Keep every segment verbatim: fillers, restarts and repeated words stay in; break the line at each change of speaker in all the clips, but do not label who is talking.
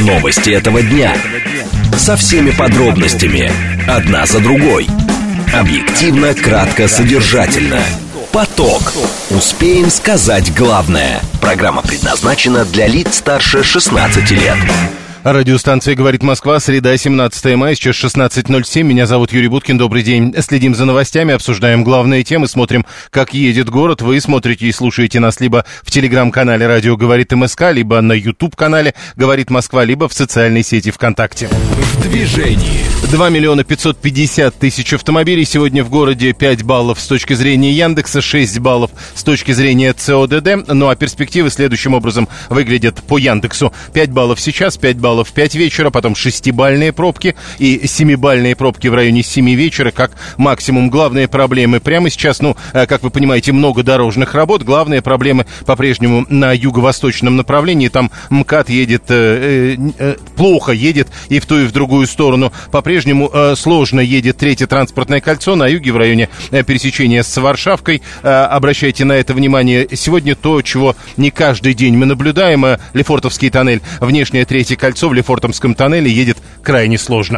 Новости этого дня. Со всеми подробностями. Одна за другой. Объективно, кратко, содержательно. Поток. Успеем сказать главное. Программа предназначена для лиц старше шестнадцати лет.
Радиостанция «Говорит Москва», среда, семнадцатое мая, сейчас шестнадцать ноль семь. Меня зовут Юрий Буткин, добрый день. Следим за новостями, обсуждаем главные темы, смотрим, как едет город. Вы смотрите и слушаете нас либо в телеграм-канале «Радио говорит МСК», либо на YouTube-канале «Говорит Москва», либо в социальной сети ВКонтакте.
В движении.
два миллиона пятьсот пятьдесят тысяч автомобилей. Сегодня в городе пять баллов с точки зрения Яндекса, шесть баллов с точки зрения ЦОДД. Ну а перспективы следующим образом выглядят по Яндексу. пять баллов сейчас, пять баллов в пять вечера, потом шестибалльные пробки и семибалльные пробки в районе семи вечера, как максимум. Главные проблемы прямо сейчас, ну, как вы понимаете, много дорожных работ. Главные проблемы по-прежнему на юго-восточном направлении. Там МКАД едет, э, э, плохо едет и в ту, и в другую сторону. По-прежнему э, сложно едет третье транспортное кольцо на юге в районе э, пересечения с Варшавкой. Э, обращайте на это внимание. Сегодня то, чего не каждый день мы наблюдаем. Э, Лефортовский тоннель, внешнее третье кольцо в Лефортовском тоннеле едет крайне сложно.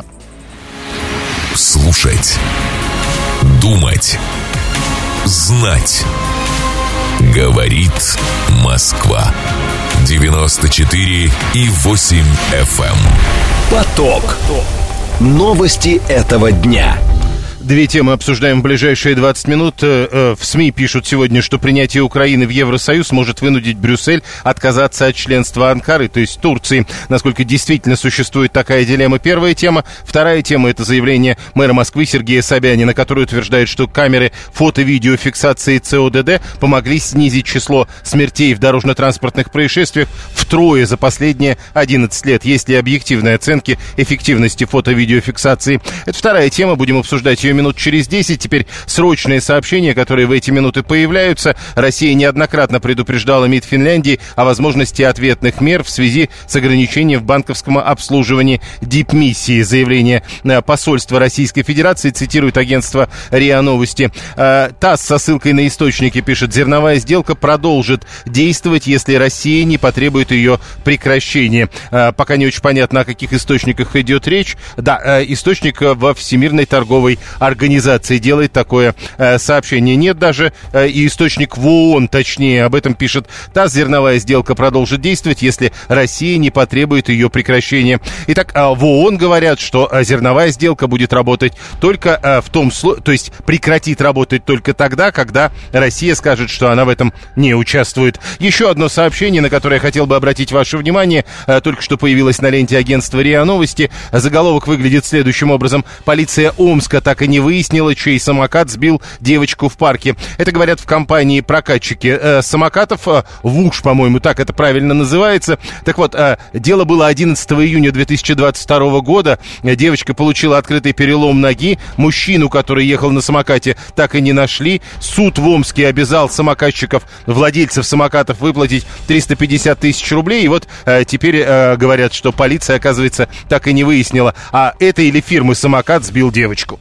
Слушать, думать, знать. Говорит Москва. девяносто четыре и восемь эф эм.
Поток. Новости этого дня.
Две темы обсуждаем в ближайшие двадцать минут. В СМИ пишут сегодня, что принятие Украины в Евросоюз может вынудить Брюссель отказаться от членства Анкары, то есть Турции. Насколько действительно существует такая дилемма, первая тема. Вторая тема — это заявление мэра Москвы Сергея Собянина, который утверждает, что камеры фото-видеофиксации ЦОДД помогли снизить число смертей в дорожно-транспортных происшествиях втрое за последние одиннадцать лет. Есть ли объективные оценки эффективности фото-видеофиксации? Это вторая тема, будем обсуждать ее минут через десять. Теперь срочные сообщения, которые в эти минуты появляются. Россия неоднократно предупреждала МИД Финляндии о возможности ответных мер в связи с ограничением в банковском обслуживании дипмиссии. Заявление посольства Российской Федерации цитирует агентство РИА Новости. ТАСС со ссылкой на источники пишет: зерновая сделка продолжит действовать, если Россия не потребует ее прекращения. Пока не очень понятно, о каких источниках идет речь. Да, источник во Всемирной торговой организации делает такое э, сообщение. Нет даже э, и источник в ООН, точнее, об этом пишет ТАСС. Зерновая сделка продолжит действовать, если Россия не потребует ее прекращения. Итак, э, в ООН говорят, что э, зерновая сделка будет работать только э, в том случае, то есть прекратит работать только тогда, когда Россия скажет, что она в этом не участвует. Еще одно сообщение, на которое я хотел бы обратить ваше внимание, э, только что появилось на ленте агентства РИА Новости. Заголовок выглядит следующим образом: полиция Омска так и не выяснила, чей самокат сбил девочку в парке. Это говорят в компании прокатчики э, самокатов, э, ВУШ, по-моему, так это правильно называется. Так вот, э, дело было одиннадцатого июня две тысячи двадцать второго года. Девочка получила открытый перелом ноги. Мужчину, который ехал на самокате, так и не нашли. Суд в Омске обязал самокатчиков, владельцев самокатов, выплатить триста пятьдесят тысяч рублей. И вот э, теперь э, говорят, что полиция, оказывается, так и не выяснила, а это или фирмы самокат сбил девочку.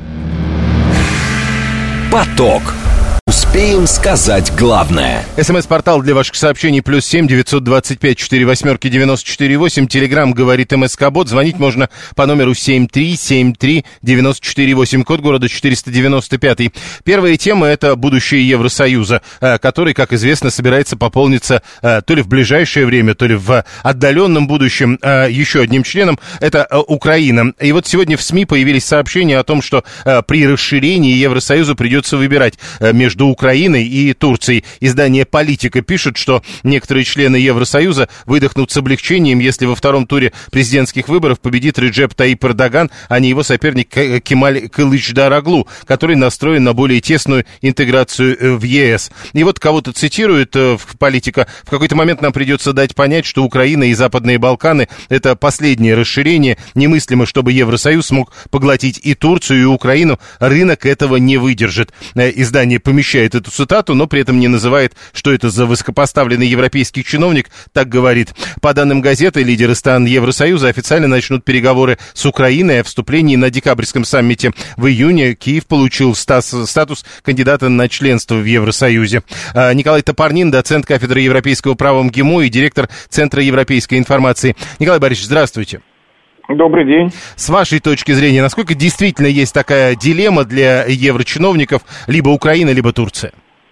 Поток. Успеем сказать главное.
СМС-портал для ваших сообщений плюс семь девятьсот двадцать пять четыре восьмерки девяносто четыре восемь. Телеграмм говорит МСК-бот. Звонить можно по номеру семь три семь три девяносто четыре восемь. Код города четыреста девяносто пять. Первая тема — это будущее Евросоюза, который, как известно, собирается пополниться то ли в ближайшее время, то ли в отдаленном будущем еще одним членом. Это Украина. И вот сегодня в СМИ появились сообщения о том, что при расширении Евросоюза придется выбирать между Украиной и Турцией. Издание «Политика» пишет, что некоторые члены Евросоюза выдохнут с облегчением, если во втором туре президентских выборов победит Реджеп Таyyip Эрдоган, а не его соперник Кемаль Кылычдароглу, который настроен на более тесную интеграцию в ЕС. И вот кого-то цитирует в «Политика». В какой-то момент нам придется дать понять, что Украина и Западные Балканы — это последнее расширение. Немыслимо, чтобы Евросоюз смог поглотить и Турцию, и Украину. Рынок этого не выдержит. Издание помещает эту цитату, но при этом не называет, что это за высокопоставленный европейский чиновник, так говорит. По данным газеты, лидеры стран Евросоюза официально начнут переговоры с Украиной о вступлении на декабрьском саммите в июне. Киев получил статус, статус кандидата на членство в Евросоюзе. Николай Топорнин, доцент кафедры европейского права МГИМО и директор Центра европейской информации. Николай Борисович, здравствуйте.
Добрый день.
С вашей точки зрения, насколько действительно есть такая дилемма для еврочиновников, либо Украина, либо Турция?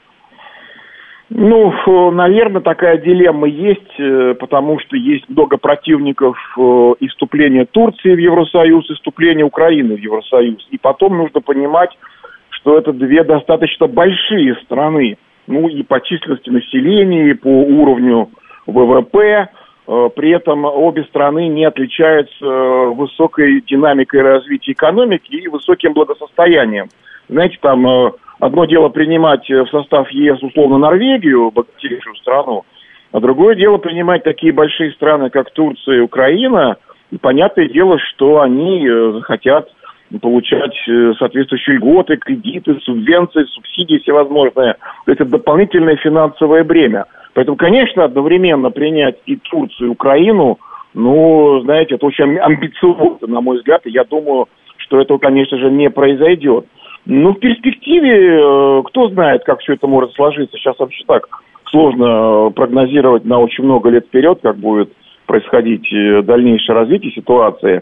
Ну, наверное, такая дилемма есть, потому что есть много противников и вступления Турции в Евросоюз, и вступления Украины в Евросоюз. И потом нужно понимать, что это две достаточно большие страны. Ну, и по численности населения, и по уровню ВВП. При этом обе страны не отличаются высокой динамикой развития экономики и высоким благосостоянием. Знаете, там одно дело принимать в состав ЕС условно Норвегию, богатейшую страну, а другое дело принимать такие большие страны, как Турция и Украина. И понятное дело, что они захотят получать соответствующие льготы, кредиты, субвенции, субсидии всевозможные. То есть это дополнительное финансовое бремя. Поэтому, конечно, одновременно принять и Турцию, и Украину, ну, знаете, это очень амбициозно, на мой взгляд, и я думаю, что этого, конечно же, не произойдет. Но в перспективе, кто знает, как все это может сложиться. Сейчас вообще так сложно прогнозировать на очень много лет вперед, как будет происходить дальнейшее развитие ситуации.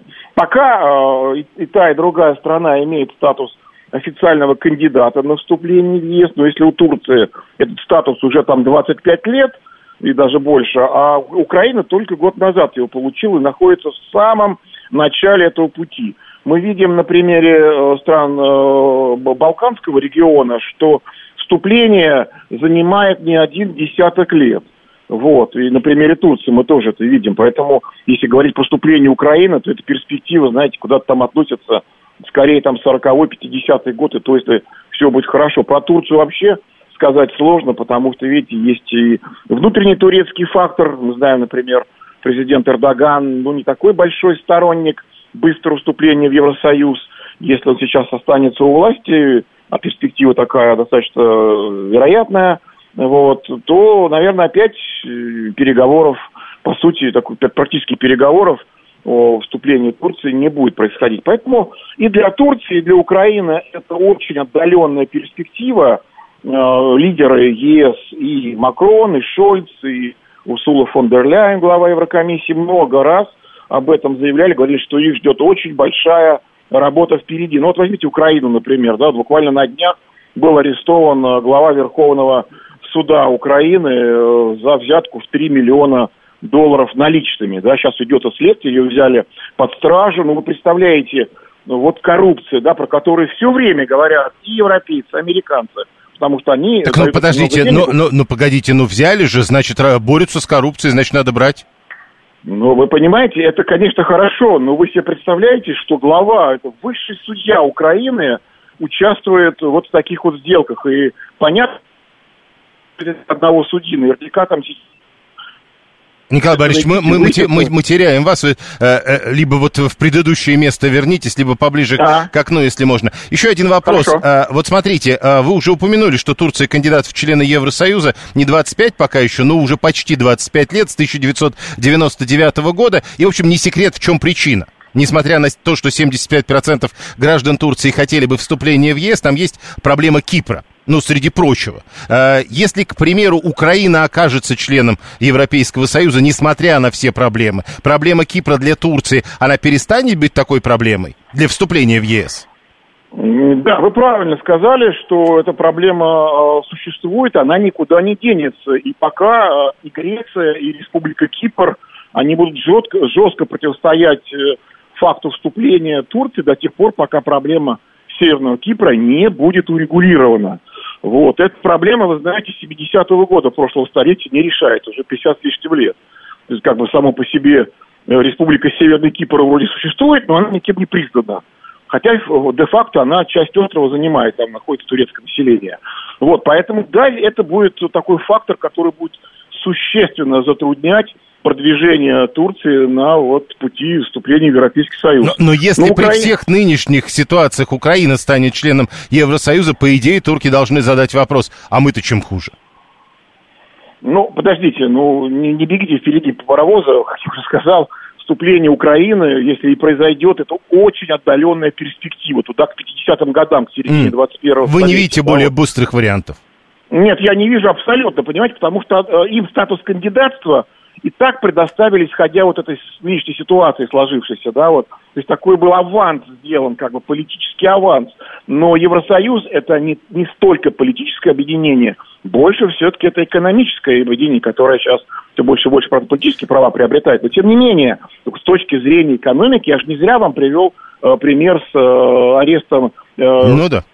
Пока и та, и другая страна имеет статус официального кандидата на вступление в ЕС, но если у Турции этот статус уже там двадцать пять лет и даже больше, а Украина только год назад его получила и находится в самом начале этого пути. Мы видим на примере стран Балканского региона, что вступление занимает не один десяток лет. Вот. И на примере Турции мы тоже это видим. Поэтому, если говорить про вступление Украины, то это перспектива, знаете, куда-то там относятся скорее там сороковой, пятидесятый год, и то есть все будет хорошо. Про Турцию вообще сказать сложно, потому что, видите, есть и внутренний турецкий фактор. Мы знаем, например, президент Эрдоган, ну, не такой большой сторонник быстрого вступления в Евросоюз. Если он сейчас останется у власти, а перспектива такая достаточно вероятная, вот, то, наверное, опять переговоров, по сути, такой, практически переговоров о вступлении Турции не будет происходить. Поэтому и для Турции, и для Украины это очень отдаленная перспектива. Лидеры ЕС и Макрон, и Шольц, и Урсула фон дер Ляйен, глава Еврокомиссии, много раз об этом заявляли, говорили, что их ждет очень большая работа впереди. Ну вот возьмите Украину, например, да, буквально на днях был арестован глава Верховного суда Украины за взятку в три миллиона долларов наличными, да, сейчас идет следствие, ее взяли под стражу, ну, вы представляете, ну, вот коррупция, да, про которую все время говорят и европейцы, и американцы, потому что они...
Так, ну, подождите, ну, ну, ну, погодите, ну, взяли же, значит, борются с коррупцией, значит, надо брать.
Ну, вы понимаете, это, конечно, хорошо, но вы себе представляете, что глава, это высший судья Украины, участвует вот в таких вот сделках, и понятно, одного судьи, наверняка там...
Николай Борисович, мы, мы, мы, мы теряем вас. Вы, э, э, либо вот в предыдущее место вернитесь, либо поближе да. к окну, если можно. Еще один вопрос. Э, вот смотрите, э, вы уже упомянули, что Турция кандидат в члены Евросоюза. Не двадцать пять пока еще, но уже почти двадцать пять лет, с тысяча девятьсот девяносто девятого года. И, в общем, не секрет, в чем причина. Несмотря на то, что семьдесят пять процентов граждан Турции хотели бы вступления в ЕС, там есть проблема Кипра. Ну, среди прочего. Если, к примеру, Украина окажется членом Европейского Союза, несмотря на все проблемы, проблема Кипра для Турции, она перестанет быть такой проблемой для вступления в ЕС?
Да, вы правильно сказали, что эта проблема существует, она никуда не денется. И пока и Греция, и Республика Кипр, они будут жестко, жестко противостоять факту вступления Турции до тех пор, пока проблема Северного Кипра не будет урегулирована. Вот. Эта проблема, вы знаете, с семидесятого года прошлого столетия не решается, уже пятьдесят с лишним лет. То есть, как бы, само по себе Республика Северный Кипр вроде существует, но она никем не признана. Хотя, де-факто, она часть острова занимает, там находится турецкое население. Вот, поэтому, да, это будет такой фактор, который будет существенно затруднять продвижения Турции на вот пути вступления в Европейский Союз.
Но, но если
но
при
Украина...
всех нынешних ситуациях Украина станет членом Евросоюза, по идее, турки должны задать вопрос, а мы-то чем хуже?
Ну, подождите, ну, не, не бегите впереди паровоза, как я уже сказал, вступление Украины, если и произойдет, это очень отдаленная перспектива, туда к пятидесятым годам, к середине двадцать первого
Вы не видите более быстрых вариантов?
Нет, я не вижу абсолютно, понимаете, потому что э, им статус кандидатства и так предоставили, исходя вот этой нынешней ситуации сложившейся, да, вот. То есть такой был аванс сделан, как бы политический аванс. Но Евросоюз это не, не столько политическое объединение, больше все-таки это экономическое объединение, которое сейчас все больше и больше, правда, политические права приобретает. Но тем не менее, с точки зрения экономики, я же не зря вам привел э, пример с э, арестом... Э,
ну да.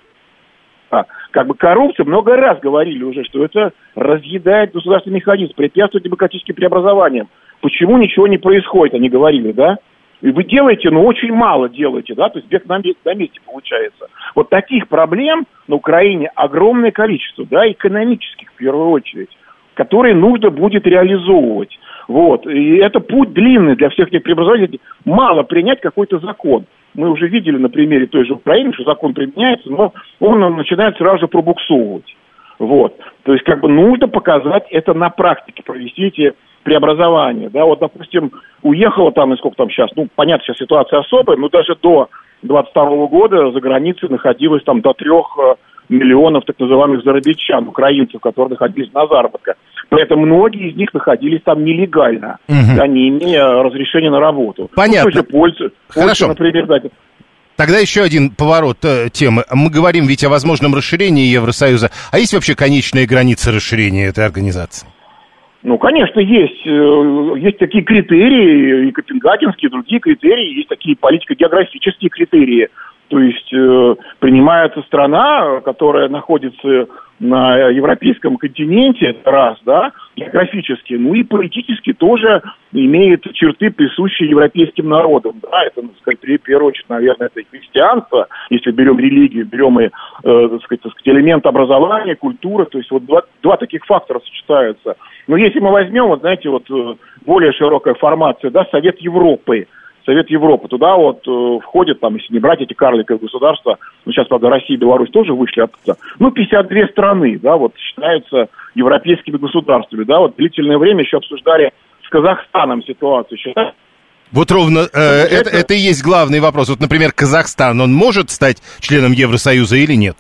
А, как бы коррупция, много раз говорили уже, что это разъедает государственный механизм, препятствует демократическим преобразованиям. Почему ничего не происходит, они говорили, да? И вы делаете, но очень мало делаете, да? То есть бег на месте, на месте получается. Вот таких проблем на Украине огромное количество, да, экономических в первую очередь, которые нужно будет реализовывать. Вот. И это путь длинный для всех этих преобразований. Мало принять какой-то закон. Мы уже видели на примере той же Украины, что закон применяется, но он начинает сразу же пробуксовывать. Вот. То есть, как бы нужно показать это на практике, провести эти преобразования. Да, вот, допустим, уехало там, и сколько там сейчас, ну, понятно, сейчас ситуация особая, но даже до двадцать второго года за границей находилось там до трех миллионов так называемых зарабичан, украинцев, которые находились на заработках. При этом многие из них находились там нелегально, угу. да, не имея разрешения на работу.
Понятно.
Ну, Польша,
Хорошо.
Польша, например, да,
Тогда еще один поворот э, темы. Мы говорим ведь о возможном расширении Евросоюза. А есть вообще конечные границы расширения этой организации?
Ну, конечно, есть. Есть такие критерии, и копенгагенские, и другие критерии. Есть такие политико-географические критерии. То есть э, принимается страна, которая находится на европейском континенте, это раз, да, географически, ну и политически тоже имеет черты, присущие европейским народам, да, это, так сказать, в первую очередь, наверное, это и христианство, если берем религию, берем и, э, так сказать, так сказать, элемент образования, культуры, то есть вот два, два таких фактора сочетаются. Но если мы возьмем, вот, знаете, вот более широкая формация, да, Совет Европы, Совет Европы, туда вот э, входят, там, если не брать эти карликовые государства, ну, сейчас, правда, Россия и Беларусь тоже вышли оттуда, ну, пятьдесят две страны, да, вот, считаются европейскими государствами, да, вот, длительное время еще обсуждали с Казахстаном ситуацию, считают.
Вот ровно, э, это, это и есть главный вопрос. Вот, например, Казахстан, он может стать членом Евросоюза или нет?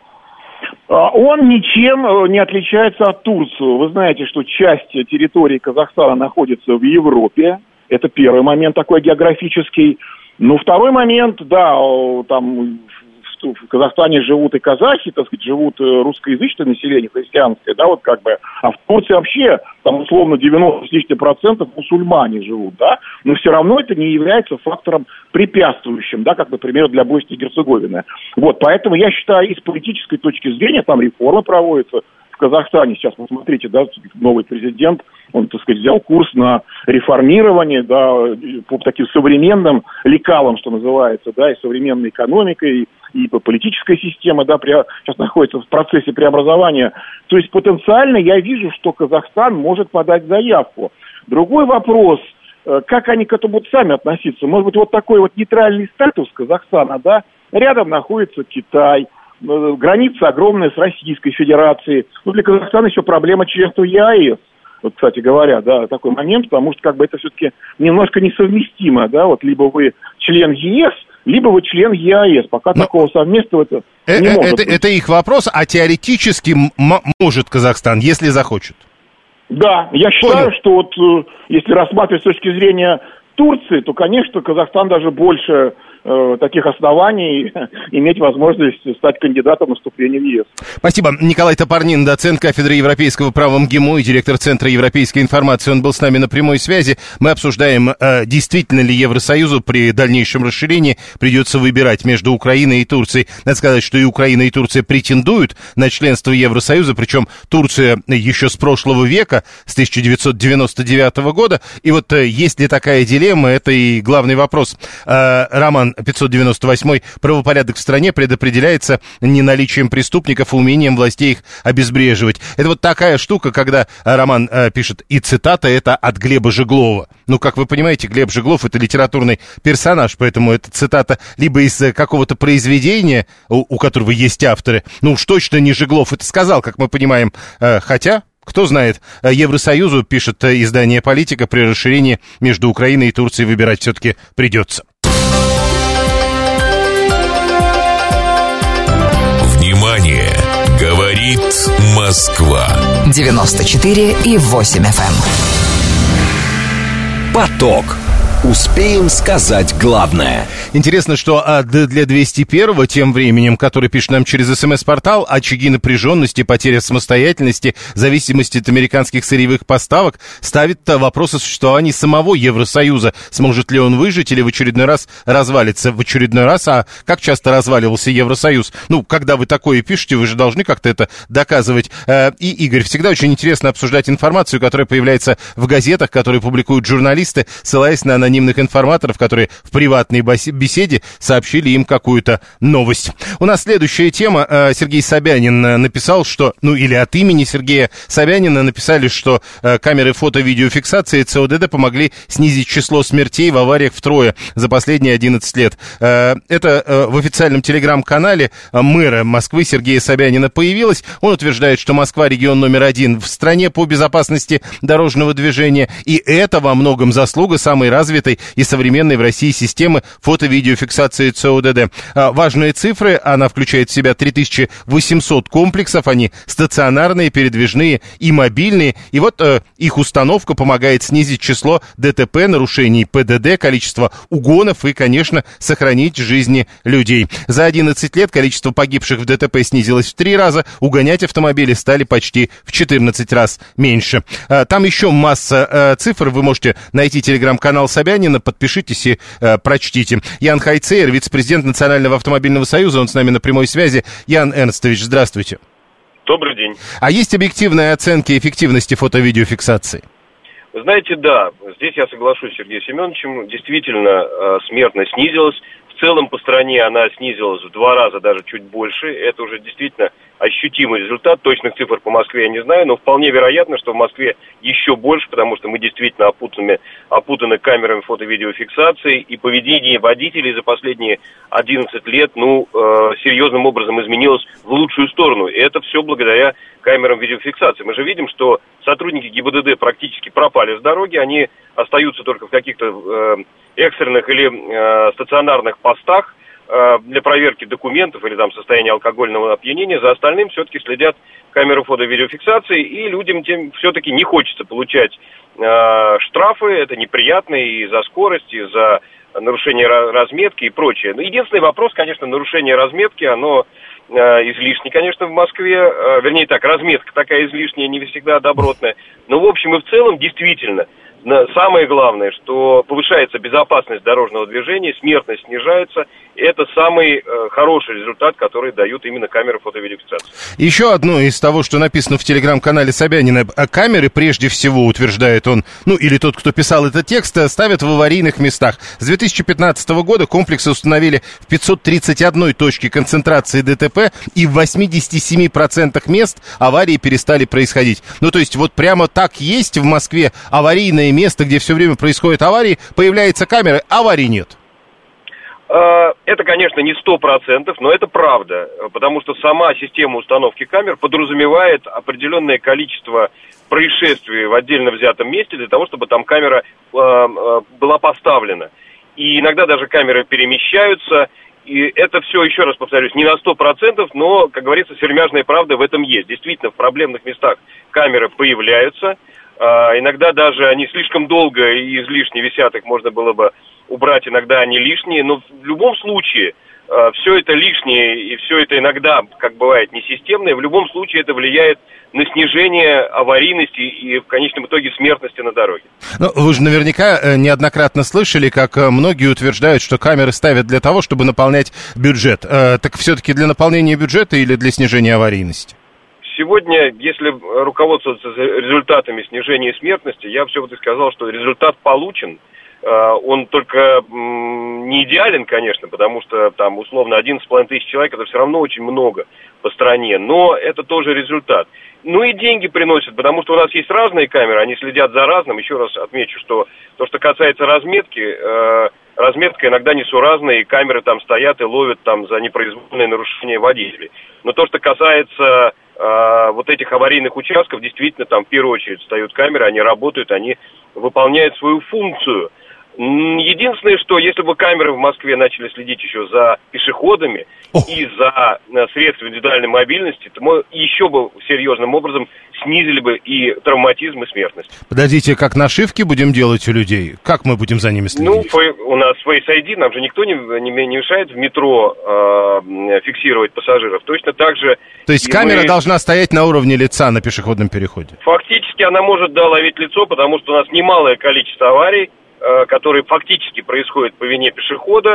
Он ничем не отличается от Турции. Вы знаете, что часть территории Казахстана находится в Европе. Это первый момент такой географический. Ну, второй момент, да, там в Казахстане живут и казахи, так сказать, живут русскоязычное население, христианское, да, вот как бы. А в Турции вообще, там, условно, девяносто с лишним процентов мусульмане живут, да. Но все равно это не является фактором препятствующим, да, как, например, для Боснии и Герцеговины. Вот, поэтому я считаю, и с политической точки зрения, там реформа проводится в Казахстане. Сейчас, посмотрите, да, новый президент, он, так сказать, взял курс на реформирование, да, по таким современным лекалам, что называется, да, и современной экономикой, и, и политическая система, да, при, сейчас находится в процессе преобразования. То есть потенциально я вижу, что Казахстан может подать заявку. Другой вопрос, как они к этому будут сами относиться. Может быть, вот такой вот нейтральный статус Казахстана, да, рядом находится Китай, граница огромная с Российской Федерацией. Ну, для Казахстана еще проблема членства ЕАЭС. Вот, кстати говоря, да, такой момент, потому что как бы это все-таки немножко несовместимо, да, вот либо вы член ЕС, либо вы член ЕАЭС. Пока Но такого совместного это
э-
не
э-
может
это,
быть.
Это их вопрос, а теоретически м- может Казахстан, если захочет.
Да, я считаю, Понял. что вот если рассматривать с точки зрения Турции, то, конечно, Казахстан даже больше э, таких оснований иметь возможность стать кандидатом на вступление в ЕС.
Спасибо. Николай Топорнин, доцент кафедры европейского права МГИМО и директор Центра европейской информации. Он был с нами на прямой связи. Мы обсуждаем, э, действительно ли Евросоюзу при дальнейшем расширении придется выбирать между Украиной и Турцией. Надо сказать, что и Украина, и Турция претендуют на членство Евросоюза, причем Турция еще с прошлого века, с тысяча девятьсот девяносто девятого года. И вот э, есть ли такая дилемма, дилемма, это и главный вопрос. Роман пятьсот девяносто восемь. Правопорядок в стране предопределяется не наличием преступников, а умением властей их обезбреживать. Это вот такая штука, когда Роман пишет, и цитата это от Глеба Жеглова. Ну, как вы понимаете, Глеб Жеглов — это литературный персонаж, поэтому эта цитата либо из какого-то произведения, у, у которого есть авторы, ну уж точно не Жеглов это сказал, как мы понимаем, хотя... Кто знает, Евросоюзу, пишет издание «Политика», при расширении между Украиной и Турцией выбирать все-таки придется.
Внимание! Говорит Москва.
девяносто четыре и восемь эф эм.
Поток. Успеем сказать главное.
Интересно, что а, для двести первого тем временем, который пишет нам через СМС-портал, очаги напряженности, потеря самостоятельности, зависимости от американских сырьевых поставок ставит вопрос о существовании самого Евросоюза. Сможет ли он выжить или в очередной раз развалится? В очередной раз, а как часто разваливался Евросоюз? Ну, когда вы такое пишете, вы же должны как-то это доказывать. И, Игорь, всегда очень интересно обсуждать информацию, которая появляется в газетах, которые публикуют журналисты, ссылаясь на анонимных информаторов, которые в приватной беседе сообщили им какую-то новость. У нас следующая тема. Сергей Собянин написал, что, ну или от имени Сергея Собянина написали, что камеры фото-видеофиксации ЦОДД помогли снизить число смертей в авариях втрое за последние одиннадцать лет. Это в официальном телеграм-канале мэра Москвы Сергея Собянина появилось. Он утверждает, что Москва регион номер один в стране по безопасности дорожного движения, и это во многом заслуга самой развитой и современной в России системы фото-видеофиксации ЦОДД. А, важные цифры, она включает в себя три тысячи восемьсот комплексов, они стационарные, передвижные и мобильные, и вот э, их установка помогает снизить число ДТП, нарушений ПДД, количество угонов и, конечно, сохранить жизни людей. За одиннадцать лет количество погибших в ДТП снизилось в три раза, угонять автомобили стали почти в четырнадцать раз меньше. А, там еще масса э, цифр, вы можете найти телеграм-канал Собянина, подпишитесь и э, прочтите. Ян Хайцейер, вице-президент Национального автомобильного союза, он с нами на прямой связи. Ян Эрнстович, здравствуйте.
Добрый день.
А есть объективные оценки эффективности фото-видеофиксации?
Вы знаете, да, здесь я соглашусь с Сергеем Семеновичем, действительно э, смертность снизилась. В целом по стране она снизилась в два раза, даже чуть больше. Это уже действительно ощутимый результат. Точных цифр по Москве я не знаю, но вполне вероятно, что в Москве еще больше, потому что мы действительно опутаны, опутаны камерами фото-видеофиксации, и поведение водителей за последние одиннадцать лет, ну, э, серьезным образом изменилось в лучшую сторону. И это все благодаря камерам видеофиксации. Мы же видим, что сотрудники ГИБДД практически пропали с дороги, они остаются только в каких-то э, экстренных или э, стационарных постах э, для проверки документов или там состояния алкогольного опьянения. За остальным все-таки следят камеры фото-видеофиксации, и людям тем все-таки не хочется получать э, штрафы, это неприятно и за скорость, и за нарушение разметки и прочее. Но единственный вопрос, конечно, нарушение разметки, оно э, излишне, конечно, в Москве, э, вернее так, разметка такая излишняя, не всегда добротная, но в общем и в целом действительно самое главное, что повышается безопасность дорожного движения, смертность снижается. Это самый э, хороший результат, который дают именно камеры фото-видеофиксации.
Еще одно из того, что написано в телеграм-канале Собянина. Камеры, прежде всего, утверждает он, ну или тот, кто писал этот текст, ставят в аварийных местах. С две тысячи пятнадцатого года комплексы установили в пятьсот тридцать одной точке концентрации ДТП, и в восемьдесят семь процентов мест аварии перестали происходить. Ну то есть вот прямо так есть в Москве аварийное место, где все время происходят аварии, появляется камера, аварий нет.
Это, конечно, не сто процентов, но это правда, потому что сама система установки камер подразумевает определенное количество происшествий в отдельно взятом месте для того, чтобы там камера была поставлена. И иногда даже камеры перемещаются, и это все, еще раз повторюсь, не на сто процентов, но, как говорится, сермяжная правда в этом есть. Действительно, в проблемных местах камеры появляются. А, иногда даже они слишком долго и излишне висят, их можно было бы убрать, иногда они лишние, но в любом случае а, все это лишнее и все это иногда, как бывает, несистемное, в любом случае это влияет на снижение аварийности и в конечном итоге смертности на дороге.
Ну, вы же наверняка неоднократно слышали, как многие утверждают, что камеры ставят для того, чтобы наполнять бюджет. А, так все-таки для наполнения бюджета или для снижения аварийности?
Сегодня, если руководствоваться результатами снижения смертности, я все-таки сказал, что результат получен. он только не идеален, конечно, потому что там условно одиннадцать с половиной тысяч человек, это все равно очень много по стране, но это тоже результат. Ну и деньги приносят, потому что у нас есть разные камеры, они следят за разным. Еще раз отмечу, что то, что касается разметки, э, разметка иногда несуразная, и камеры там стоят и ловят там за непроизвольное нарушение водителей. Но то, что касается э, вот этих аварийных участков, действительно там в первую очередь встают камеры, они работают, они выполняют свою функцию. Единственное, что если бы камеры в Москве начали следить еще за пешеходами Ох. и за средства индивидуальной мобильности, то мы еще бы серьезным образом снизили бы и травматизм, и смертность.
Подождите, как нашивки будем делать у людей? Как мы будем за ними следить?
Ну, у нас Face ай ди, нам же никто не, не, не мешает в метро э, фиксировать пассажиров. Точно так же...
То есть камера мы... должна стоять на уровне лица на пешеходном переходе?
Фактически она может, да, ловить лицо, потому что у нас немалое количество аварий, которые фактически происходят по вине пешехода,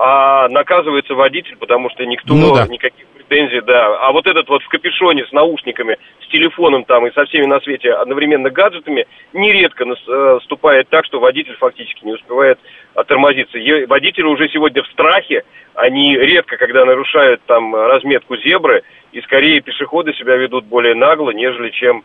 а наказывается водитель, потому что никто, ну, да. никаких претензий, да. А вот этот вот в капюшоне с наушниками, с телефоном там и со всеми на свете одновременно гаджетами нередко наступает так, что водитель фактически не успевает оттормозиться. Водители уже сегодня в страхе, они редко, когда нарушают там разметку зебры, и скорее пешеходы себя ведут более нагло, нежели чем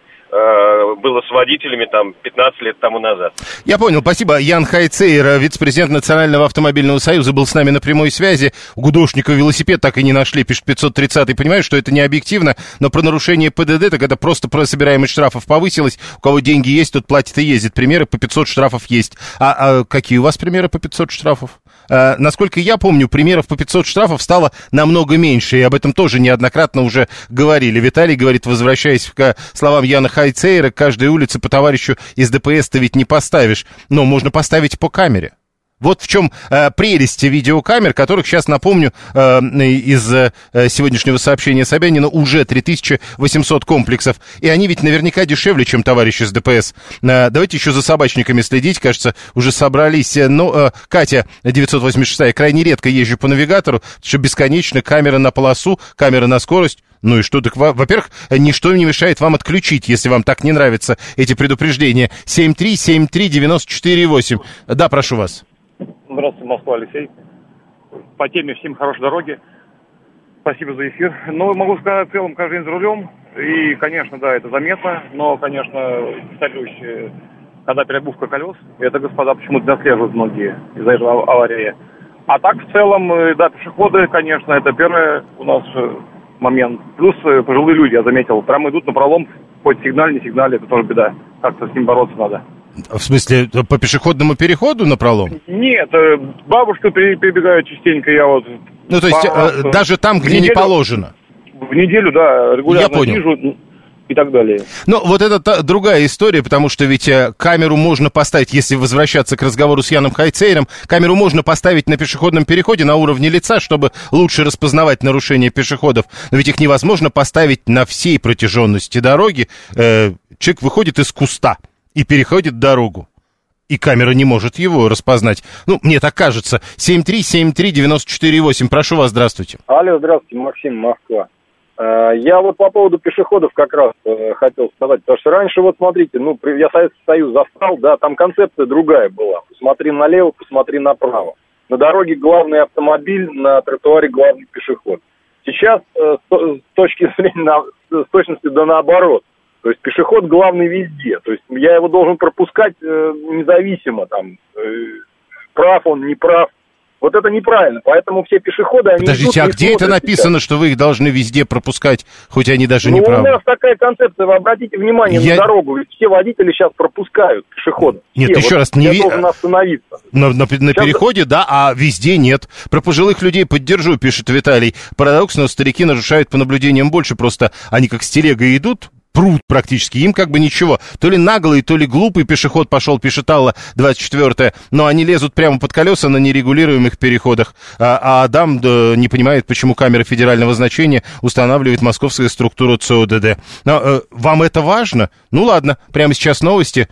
было с водителями там пятнадцать лет тому назад.
Я понял, спасибо. Ян Хайцейер, вице-президент Национального автомобильного союза, был с нами на прямой связи. У Гудошникова велосипед так и не нашли, пишет пятьсот тридцатый. Понимаю, что это не объективно, но про нарушение ПДД, так это просто про собираемость штрафов повысилась. У кого деньги есть, тот платит и ездит. Примеры по пятьсот штрафов есть. А, а какие у вас примеры по пятьсот штрафов? А, насколько я помню, примеров по пятьсот штрафов стало намного меньше, и об этом тоже неоднократно уже говорили. Виталий говорит, возвращаясь к словам Яна Хайцейра, к каждой улице по товарищу из ДПС ты ведь не поставишь, но можно поставить по камере. Вот в чем э, прелесть видеокамер, которых, сейчас напомню, э, из э, сегодняшнего сообщения Собянина уже три тысячи восемьсот комплексов. И они ведь наверняка дешевле, чем товарищи из ДПС. Э, давайте еще за собачниками следить, кажется, уже собрались. Но, э, Катя, девятьсот восемьдесят шесть, крайне редко езжу по навигатору, что бесконечно камера на полосу, камера на скорость. Ну и что, так, во-первых, ничто не мешает вам отключить, если вам так не нравятся эти предупреждения. семь три семь три девять четыре восемь. Да, прошу вас.
Здравствуйте, Москва, Алексей. По теме всем хорошей дороги. Спасибо за эфир. Ну, могу сказать, в целом, каждый день за рулем. И, конечно, да, это заметно. Но, конечно, повторюсь, когда переобувка колес, это, господа, почему-то не отслеживают многие из-за этого аварии. А так, в целом, да, пешеходы, конечно, это первый у нас момент. Плюс пожилые люди, я заметил, прямо идут на пролом, хоть сигналь, не сигналь, это тоже беда. Как-то с ним бороться надо.
В смысле, по пешеходному переходу на пролом?
Нет, бабушка перебегает частенько, я вот...
Ну, то есть, по, даже там, где неделю, не положено?
В неделю, да, регулярно вижу и так далее.
Ну, вот это та, другая история, потому что ведь камеру можно поставить, если возвращаться к разговору с Яном Хайцейром, камеру можно поставить на пешеходном переходе на уровне лица, чтобы лучше распознавать нарушения пешеходов. Но ведь их невозможно поставить на всей протяженности дороги. Э, человек выходит из куста и переходит дорогу, и камера не может его распознать. Ну, мне так кажется. семь три семь три девять четыре восемь. Прошу вас, здравствуйте.
Алло, здравствуйте, Максим, Москва. Я вот по поводу пешеходов как раз хотел сказать, потому что раньше, вот смотрите, ну, я Советский Союз застал, да, там концепция другая была. Посмотри налево, посмотри направо. На дороге главный автомобиль, на тротуаре главный пешеход. Сейчас с точки зрения, с точностью да наоборот. То есть пешеход главный везде. То есть я его должен пропускать э, независимо, там, э, прав он, не прав. Вот это неправильно. Поэтому все пешеходы, они...
Подождите, идут, а где это написано, сейчас, что вы их должны везде пропускать, хоть они даже
ну,
не правы?
У нас такая концепция, вы обратите внимание я... на дорогу, ведь все водители сейчас пропускают пешеходов.
Нет,
все.
еще
вот
раз, не
я должен остановиться.
На, на, на переходе, да, а везде нет. Про пожилых людей поддержу, пишет Виталий. Парадокс, но старики нарушают по наблюдениям больше, просто они как с телегой идут, прут практически, им как бы ничего. То ли наглый, то ли глупый пешеход пошел, пишет Алла двадцать четвёртая, но они лезут прямо под колеса на нерегулируемых переходах. А, а Адам да, не понимает, почему камера федерального значения устанавливает московская структура ЦОДД. Но э, вам это важно? Ну ладно, прямо сейчас новости.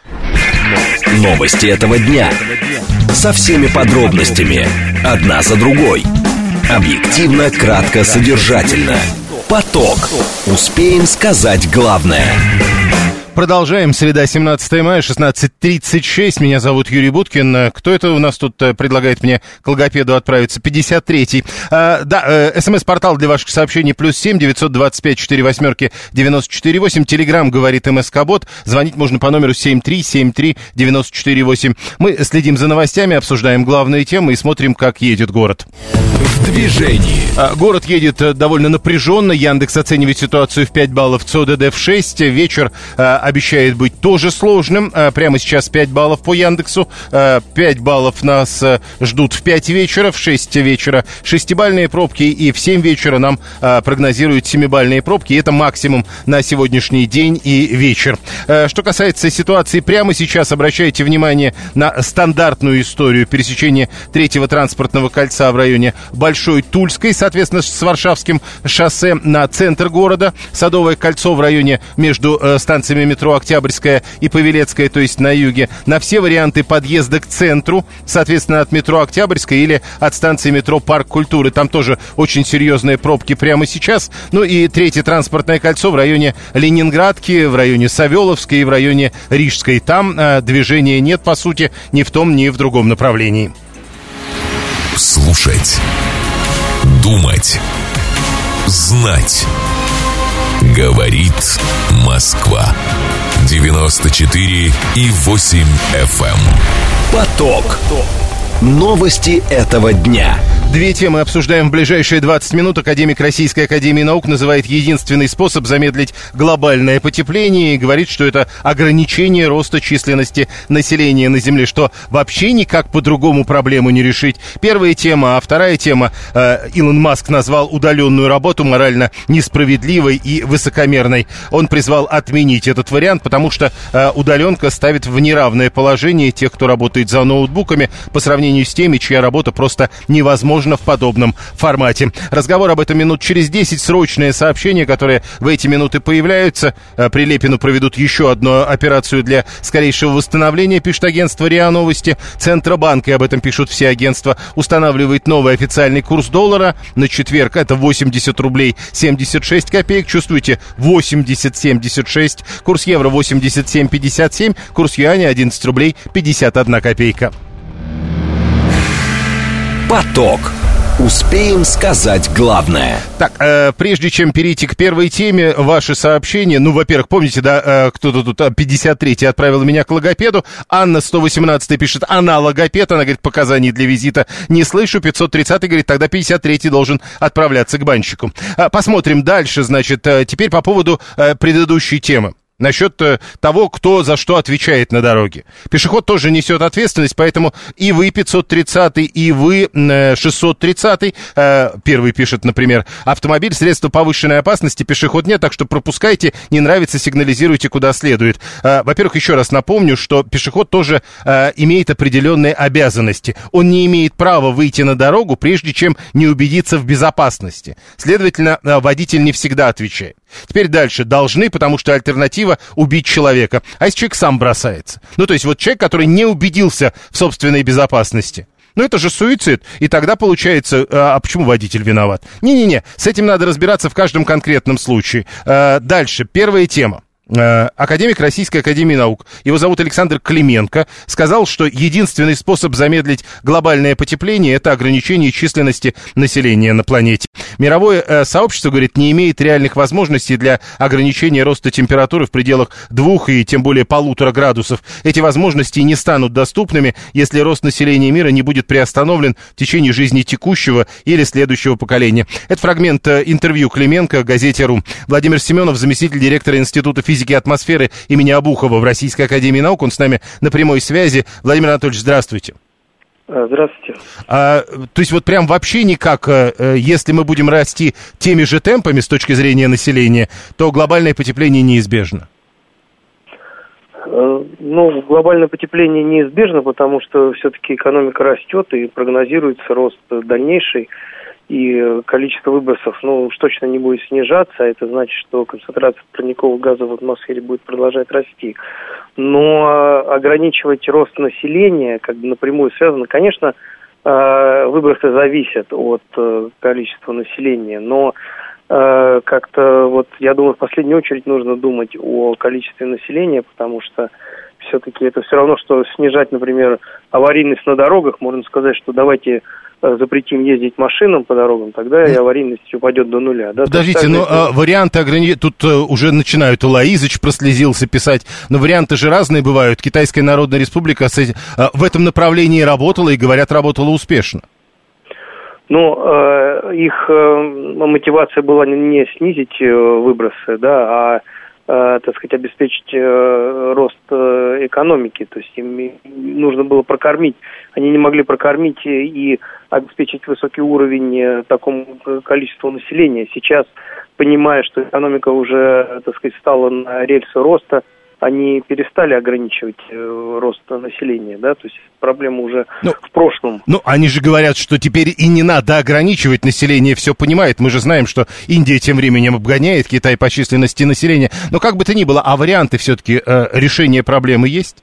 Новости этого дня. Со всеми подробностями. Одна за другой. Объективно, кратко, содержательно. Поток. Успеем сказать главное.
Продолжаем. Среда, семнадцатое мая, шестнадцать тридцать шесть. Меня зовут Юрий Буткин. Кто это у нас тут предлагает мне к логопеду отправиться? пятьдесят третий. А, да, э, смс-портал для ваших сообщений плюс семь девятьсот двадцать пять четыре восьмерки девяносто четыре восемь. Телеграм говорит МСК-бот. Звонить можно по номеру семь три семь три девяносто четыре восемь. Мы следим за новостями, обсуждаем главные темы и смотрим, как едет город.
В движении.
А, город едет довольно напряженно. Яндекс оценивает ситуацию в пять баллов, ЦОДД в шесть. Вечер а, обещает быть тоже сложным. А, прямо сейчас пять баллов по Яндексу. А, пять баллов нас а, ждут в пять вечера, в шесть вечера шестибалльные пробки, и в семь вечера нам а, прогнозируют семибалльные пробки. Это максимум на сегодняшний день и вечер. А, что касается ситуации прямо сейчас, обращайте внимание на стандартную историю пересечения третьего транспортного кольца в районе Большой Тульской, соответственно, с Варшавским шоссе, на центр города. Садовое кольцо в районе между э, станциями метро Октябрьская и Павелецкая, то есть на юге. На все варианты подъезда к центру, соответственно, от метро Октябрьская или от станции метро Парк Культуры. Там тоже очень серьезные пробки прямо сейчас. Ну и третье транспортное кольцо в районе Ленинградки, в районе Савеловской и в районе Рижской. Там э, движения нет, по сути, ни в том, ни в другом направлении.
Слушать, думать, знать. Говорит Москва. девяносто четыре и восемь эф эм.
Поток. Новости этого дня.
Две темы обсуждаем в ближайшие двадцать минут. Академик Российской академии наук называет единственный способ замедлить глобальное потепление и говорит, что это ограничение роста численности населения на Земле, что вообще никак по-другому проблему не решить. Первая тема, а вторая тема. Э, Илон Маск назвал удаленную работу морально несправедливой и высокомерной. Он призвал отменить этот вариант, потому что э, удаленка ставит в неравное положение тех, кто работает за ноутбуками, по сравнению с теми, чья работа просто невозможна в подобном формате. Разговор об этом минут через десять. Срочное сообщение, которое в эти минуты появляются. Прилепину проведут еще одну операцию для скорейшего восстановления, пишет агентство РИА Новости. Центробанк, и об этом пишут все агентства, устанавливает новый официальный курс доллара. На четверг это восемьдесят рублей семьдесят шесть копеек. Чувствуете? восемьдесят семьдесят шесть. Курс евро восемьдесят семь пятьдесят семь. Курс юаня одиннадцать рублей пятьдесят одна копейка.
Поток. Успеем сказать главное.
Так, э, прежде чем перейти к первой теме, ваши сообщения. Ну, во-первых, помните, да, э, кто-то тут, пятьдесят третий, отправил меня к логопеду. Анна сто восемнадцать пишет, она логопед, она говорит, показаний для визита не слышу. пятьсот тридцать говорит, тогда пятьдесят третий должен отправляться к банщику. Э, посмотрим дальше, значит, э, теперь по поводу э, предыдущей темы. Насчет э, того, кто за что отвечает на дороге. Пешеход тоже несет ответственность, поэтому и вы пятьсот тридцатый, и вы э, шестьсот тридцатый. Э, первый пишет, например, автомобиль, средство повышенной опасности, пешеход нет, так что пропускайте, не нравится, сигнализируйте куда следует. Э, во-первых, еще раз напомню, что пешеход тоже э, имеет определенные обязанности. Он не имеет права выйти на дорогу, прежде чем не убедиться в безопасности. Следовательно, э, водитель не всегда отвечает. Теперь дальше. Должны, потому что альтернатива убить человека. А если человек сам бросается? Ну, то есть вот человек, который не убедился в собственной безопасности. Ну, это же суицид. И тогда получается, а, а почему водитель виноват? Не-не-не, с этим надо разбираться в каждом конкретном случае. А, дальше. Первая тема. Академик Российской академии наук, его зовут Александр Клименко, сказал, что единственный способ замедлить глобальное потепление – это ограничение численности населения на планете. Мировое э, сообщество, говорит, не имеет реальных возможностей для ограничения роста температуры в пределах двух и тем более полутора градусов. Эти возможности не станут доступными, если рост населения мира не будет приостановлен в течение жизни текущего или следующего поколения. Это фрагмент э, интервью Клименко газете «Ру». Владимир Семенов, заместитель директора Института физики и атмосферы имени Обухова в Российской академии наук. Он с нами на прямой связи. Владимир Анатольевич, здравствуйте.
Здравствуйте.
А, то есть вот прям вообще никак, если мы будем расти теми же темпами с точки зрения населения, то глобальное потепление неизбежно?
Ну, глобальное потепление неизбежно, потому что все-таки экономика растет и прогнозируется рост дальнейший. И количество выбросов, ну, уж точно не будет снижаться, а это значит, что концентрация парниковых газов в атмосфере будет продолжать расти. Но ограничивать рост населения, как бы напрямую связано, конечно, выбросы зависят от количества населения, но э, как-то, вот, я думаю, в последнюю очередь нужно думать о количестве населения, потому что все-таки это все равно, что снижать, например, аварийность на дорогах. Можно сказать, что давайте запретим ездить машинам по дорогам, тогда и аварийность упадет до нуля. Да?
Подождите, но а, варианты ограничения... Тут а, уже начинают, Лаизыч прослезился писать, но варианты же разные бывают. Китайская Народная Республика а, в этом направлении работала и, говорят, работала успешно.
Ну, э, их э, мотивация была не снизить э, выбросы, да, а так сказать, обеспечить э, рост э, экономики, то есть им нужно было прокормить, они не могли прокормить и обеспечить высокий уровень э, такому количеству населения. Сейчас, понимая, что экономика уже, так сказать, стала на рельсы роста, они перестали ограничивать э, рост населения, да, то есть проблема уже ну, в прошлом.
Ну, они же говорят, что теперь и не надо ограничивать население, все понимает. Мы же знаем, что Индия тем временем обгоняет Китай по численности населения. Но как бы то ни было, а варианты все-таки э, решения проблемы есть?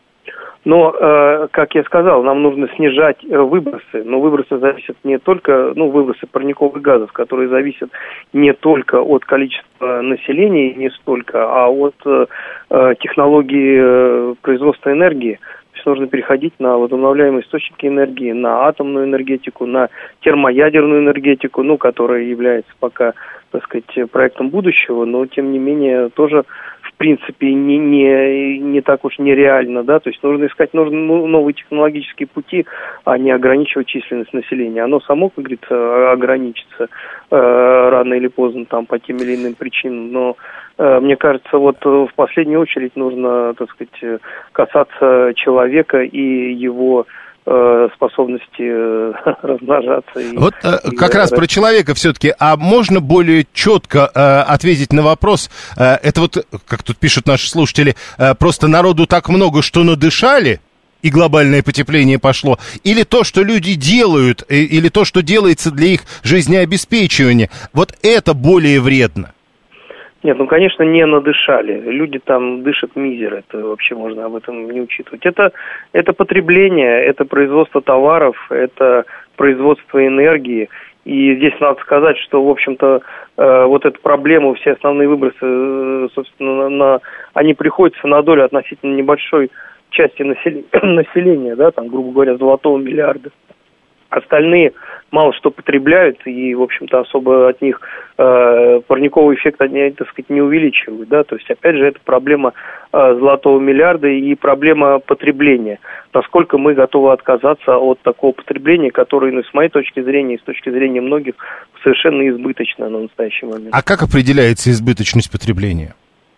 Но, э, как я сказал, нам нужно снижать э, выбросы. Но выбросы зависят не только, ну, выбросы парниковых газов, которые зависят не только от количества населения, не столько, а от э, технологии э, производства энергии. То есть нужно переходить на возобновляемые источники энергии, на атомную энергетику, на термоядерную энергетику, ну, которая является пока, так сказать, проектом будущего, но, тем не менее, тоже... в принципе, не, не, не так уж нереально, да, то есть нужно искать нужно, ну, новые технологические пути, а не ограничивать численность населения. Оно само, как говорится, ограничится э, рано или поздно там по тем или иным причинам, но э, мне кажется, вот в последнюю очередь нужно, так сказать, касаться человека и его способности размножаться. И,
вот и как и раз про человека все-таки, а можно более четко э, ответить на вопрос, э, это вот, как тут пишут наши слушатели, э, просто народу так много, что надышали, и глобальное потепление пошло, или то, что люди делают, э, или то, что делается для их жизнеобеспечивания, вот это более вредно?
Нет, ну, конечно, не надышали. Люди там дышат мизер, это вообще можно об этом не учитывать. Это, это потребление, это производство товаров, это производство энергии. И здесь надо сказать, что, в общем-то, э, вот эту проблему, все основные выбросы, э, собственно, на, они приходятся на долю относительно небольшой части населения, населения, да, там, грубо говоря, золотого миллиарда. Остальные мало что потребляют, и, в общем-то, особо от них э, парниковый эффект, они, так сказать, не увеличивают, да, то есть, опять же, это проблема э, золотого миллиарда и проблема потребления. Насколько мы готовы отказаться от такого потребления, которое, ну, с моей точки зрения и с точки зрения многих, совершенно избыточно на настоящий момент.
А как определяется избыточность потребления?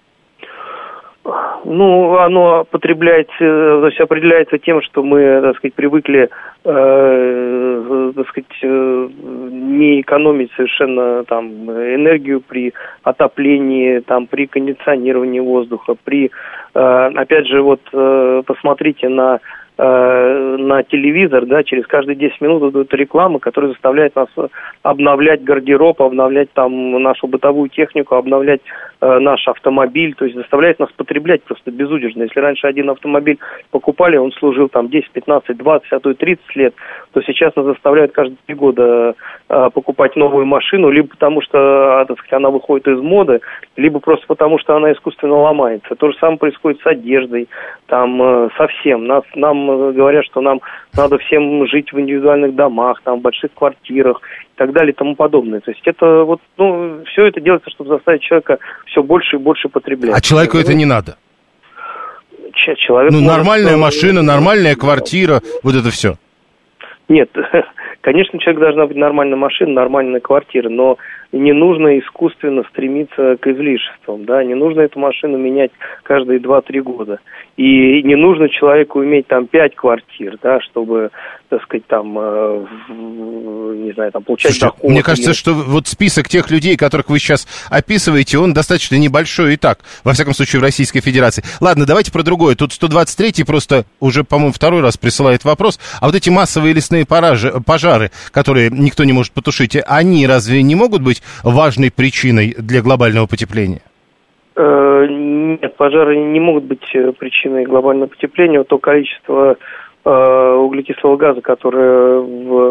Ну, оно потребляется, то есть определяется тем, что мы, так сказать, привыкли, э, так сказать, э, не экономить совершенно там энергию при отоплении, там, при кондиционировании воздуха, при, э, опять же, вот э, посмотрите на на телевизор, да, через каждые десять минут идут рекламы, которые заставляют нас обновлять гардероб, обновлять там нашу бытовую технику, обновлять э, наш автомобиль, то есть заставляет нас потреблять просто безудержно. Если раньше один автомобиль покупали, он служил там десять, пятнадцать, двадцать, а то и тридцать лет, то сейчас нас заставляют каждые три года э, покупать новую машину, либо потому что, так сказать, она выходит из моды, либо просто потому что она искусственно ломается. То же самое происходит с одеждой, там э, совсем. Нас, нам говорят, что нам надо всем жить в индивидуальных домах, там, в больших квартирах и так далее и тому подобное. То есть это вот, ну, все это делается, чтобы заставить человека все больше и больше потреблять.
А человеку ну, это не надо?
Человек
ну,
может...
нормальная машина, нормальная квартира, вот это все.
Нет, конечно, человек должна быть нормальная машина, нормальная квартира, но не нужно искусственно стремиться к излишествам, да, не нужно эту машину менять каждые два-три года. И не нужно человеку иметь там пять квартир, да, чтобы, так сказать, там, э, не знаю, там, получать
Слушайте,
доход.
Мне кажется, или... что вот список тех людей, которых вы сейчас описываете, он достаточно небольшой и так, во всяком случае, в Российской Федерации. Ладно, давайте про другое. Тут сто двадцать третий просто уже, по-моему, второй раз присылает вопрос. А вот эти массовые лесные поражи, пожары, которые никто не может потушить, они разве не могут быть важной причиной для глобального потепления?
Нет, пожары не могут быть причиной глобального потепления. То количество э, углекислого газа, которое в, в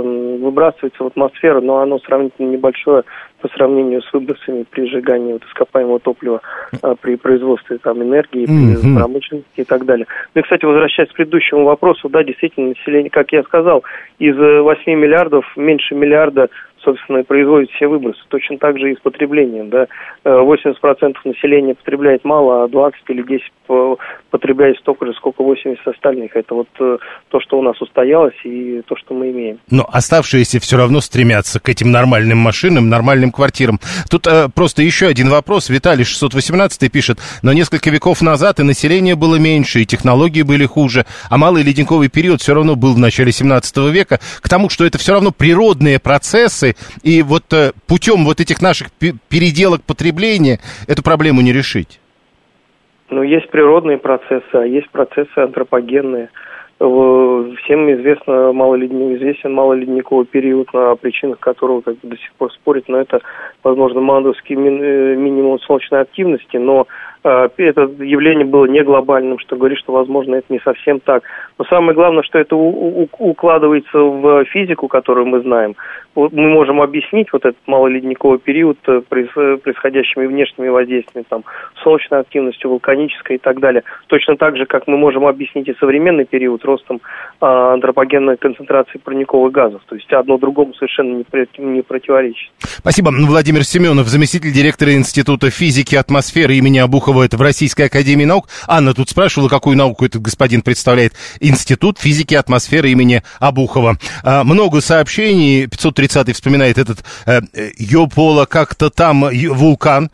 выбрасывается в атмосферу, но оно сравнительно небольшое по сравнению с выбросами при сжигании вот ископаемого топлива а, при производстве там, энергии, при mm-hmm. промышленности и так далее. Ну и, кстати, возвращаясь к предыдущему вопросу, да, действительно, население, как я сказал, из восьми миллиардов меньше миллиарда, собственно, и производит все выбросы. Точно так же и с потреблением, да. восемьдесят процентов населения потребляет мало, а двадцать или десять потребляет столько же, сколько восемьдесят остальных. Это вот то, что у нас устоялось, и то, что мы имеем.
Но оставшиеся все равно стремятся к этим нормальным машинам, нормальным квартирам. Тут э, просто еще один вопрос. Виталий шестьсот восемнадцать пишет, но несколько веков назад и население было меньше, и технологии были хуже, а малый ледниковый период все равно был в начале семнадцатого века. К тому, что это все равно природные процессы, и вот э, путем вот этих наших переделок потребления эту проблему не решить.
Ну, есть природные процессы, а есть процессы антропогенные. Всем известно, малоледниковый, известен малоледниковый период, на причинах которого как бы до сих пор спорят, но это, возможно, мандовский минимум солнечной активности, но э, это явление было не глобальным, что говорит, что, возможно, это не совсем так. Но самое главное, что это у- у- укладывается в физику, которую мы знаем. Мы можем объяснить вот этот малоледниковый период происходящими внешними воздействиями, там, солнечной активностью, вулканической и так далее. Точно так же, как мы можем объяснить и современный период ростом а, антропогенной концентрации парниковых газов. То есть одно другому совершенно не, не противоречит.
Спасибо. Владимир Семенов, заместитель директора Института физики атмосферы имени Обухова, это в Российской академии наук. Анна тут спрашивала, какую науку этот господин представляет. Институт физики атмосферы имени Обухова. А, много сообщений. пятьсот тридцатый вспоминает этот э, Йопола как-то там вулкан.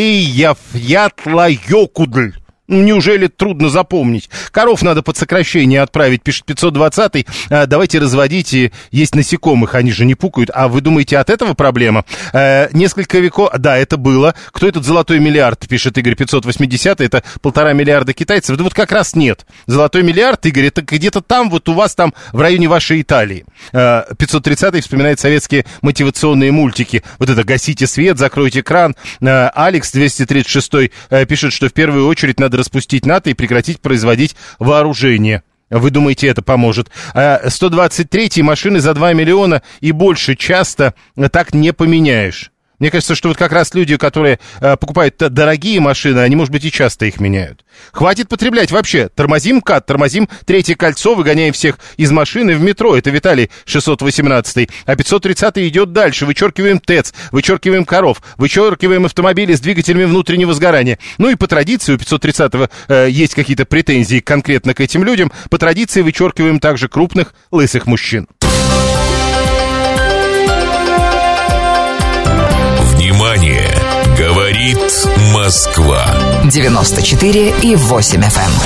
Эйяфьятла-Йокудль. Ну, неужели трудно запомнить? Коров надо под сокращение отправить, пишет пятьсот двадцатый. А, давайте разводить, есть насекомых, они же не пукают. А вы думаете, от этого проблема? А, несколько веков... Да, это было. Кто этот золотой миллиард, пишет Игорь пятьсот восьмидесятый. Это полтора миллиарда китайцев. Да вот как раз нет. Золотой миллиард, Игорь, это где-то там, вот у вас там, в районе вашей Италии. А, пятьсот тридцатый вспоминает советские мотивационные мультики. Вот это «Гасите свет, закройте кран». А, Алекс двести тридцать шестой а, пишет, что в первую очередь надо распустить НАТО и прекратить производить вооружение. Вы думаете, это поможет? сто двадцать третий машины за два миллиона и больше часто так не поменяешь. Мне кажется, что вот как раз люди, которые э, покупают дорогие машины, они, может быть, и часто их меняют. Хватит потреблять вообще. Тормозим КАТ, тормозим третье кольцо, выгоняем всех из машины в метро. Это Виталий шестьсот восемнадцатый. А пятьсот тридцатый идет дальше. Вычеркиваем ТЭЦ, вычеркиваем коров, вычеркиваем автомобили с двигателями внутреннего сгорания. Ну и по традиции у пятьсот тридцатого э, есть какие-то претензии конкретно к этим людям. По традиции вычеркиваем также крупных лысых мужчин.
Внимание! Говорит Москва.
девяносто четыре и восемь эф эм.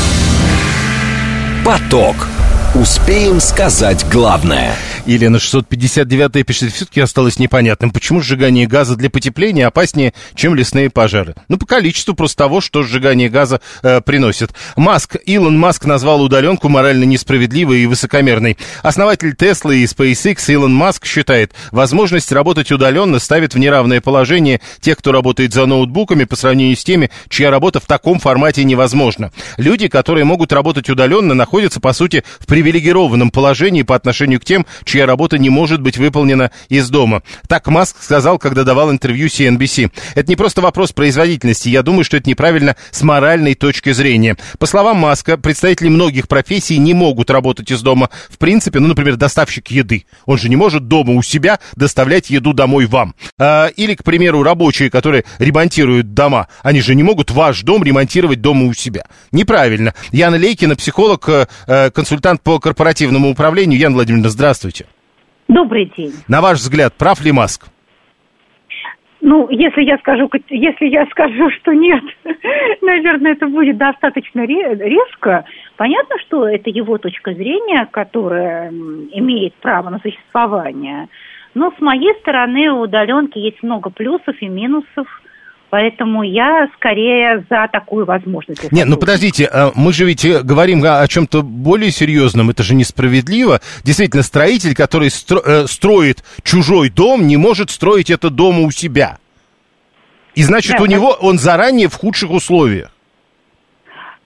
Поток. Успеем сказать главное.
Елена шестьсот пятьдесят девятая пишет, все-таки осталось непонятным, почему сжигание газа для потепления опаснее, чем лесные пожары. Ну, по количеству просто того, что сжигание газа э, приносит. Маск, Илон Маск назвал удаленку морально несправедливой и высокомерной. Основатель Теслы и SpaceX Илон Маск считает, возможность работать удаленно ставит в неравное положение тех, кто работает за ноутбуками, по сравнению с теми, чья работа в таком формате невозможна. Люди, которые могут работать удаленно, находятся, по сути, в привилегированном положении по отношению к тем, чья работа не может быть выполнена из дома. Так Маск сказал, когда давал интервью си эн би си. Это не просто вопрос производительности. Я думаю, что это неправильно с моральной точки зрения. По словам Маска, представители многих профессий не могут работать из дома. В принципе, ну, например, доставщик еды. Он же не может дома у себя доставлять еду домой вам. А, или, к примеру, рабочие, которые ремонтируют дома. Они же не могут ваш дом ремонтировать дома у себя. Неправильно. Яна Лейкина, психолог, консультант по корпоративному управлению. Яна Владимировна, здравствуйте.
Добрый день.
На ваш взгляд, прав ли Маск?
Ну, если я скажу, если я скажу, что нет, наверное, это будет достаточно резко. Понятно, что это его точка зрения, которая имеет право на существование. Но с моей стороны у удаленки есть много плюсов и минусов. Поэтому я скорее за такую возможность.
Нет, ну подождите, мы же ведь говорим о чем-то более серьезном, это же несправедливо. Действительно, строитель, который стро- строит чужой дом, не может строить это дома у себя. И значит, да, у него он заранее в худших условиях.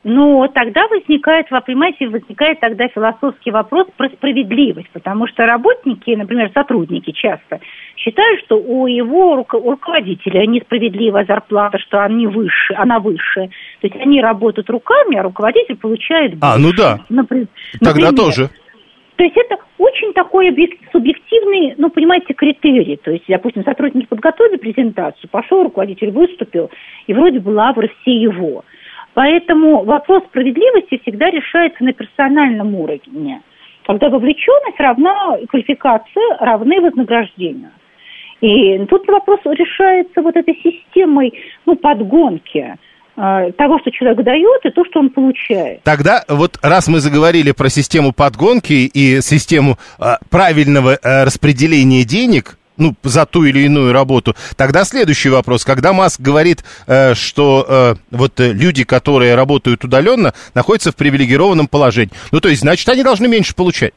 Но тогда возникает, вы понимаете, возникает тогда философский вопрос про справедливость, потому что работники, например, сотрудники часто считают, что у его руко- у руководителя несправедливая зарплата, что они выше, она выше. То есть они работают руками, а руководитель получает больше.
А, ну да.
Например,
тогда тоже.
То есть это очень такой субъективный, ну, понимаете, критерий. То есть, допустим, сотрудники подготовили презентацию, пошел руководитель, выступил, и вроде бы лавры все его. Поэтому вопрос справедливости всегда решается на персональном уровне, когда вовлеченность равна квалификации, равны вознаграждению. И тут вопрос решается вот этой системой, ну, подгонки э, того, что человек дает, и то, что он получает.
Тогда вот раз мы заговорили про систему подгонки и систему э, правильного э, распределения денег, ну, за ту или иную работу. Тогда следующий вопрос. Когда Маск говорит, э, что э, вот э, люди, которые работают удаленно, находятся в привилегированном положении. Ну, то есть, значит, они должны меньше получать.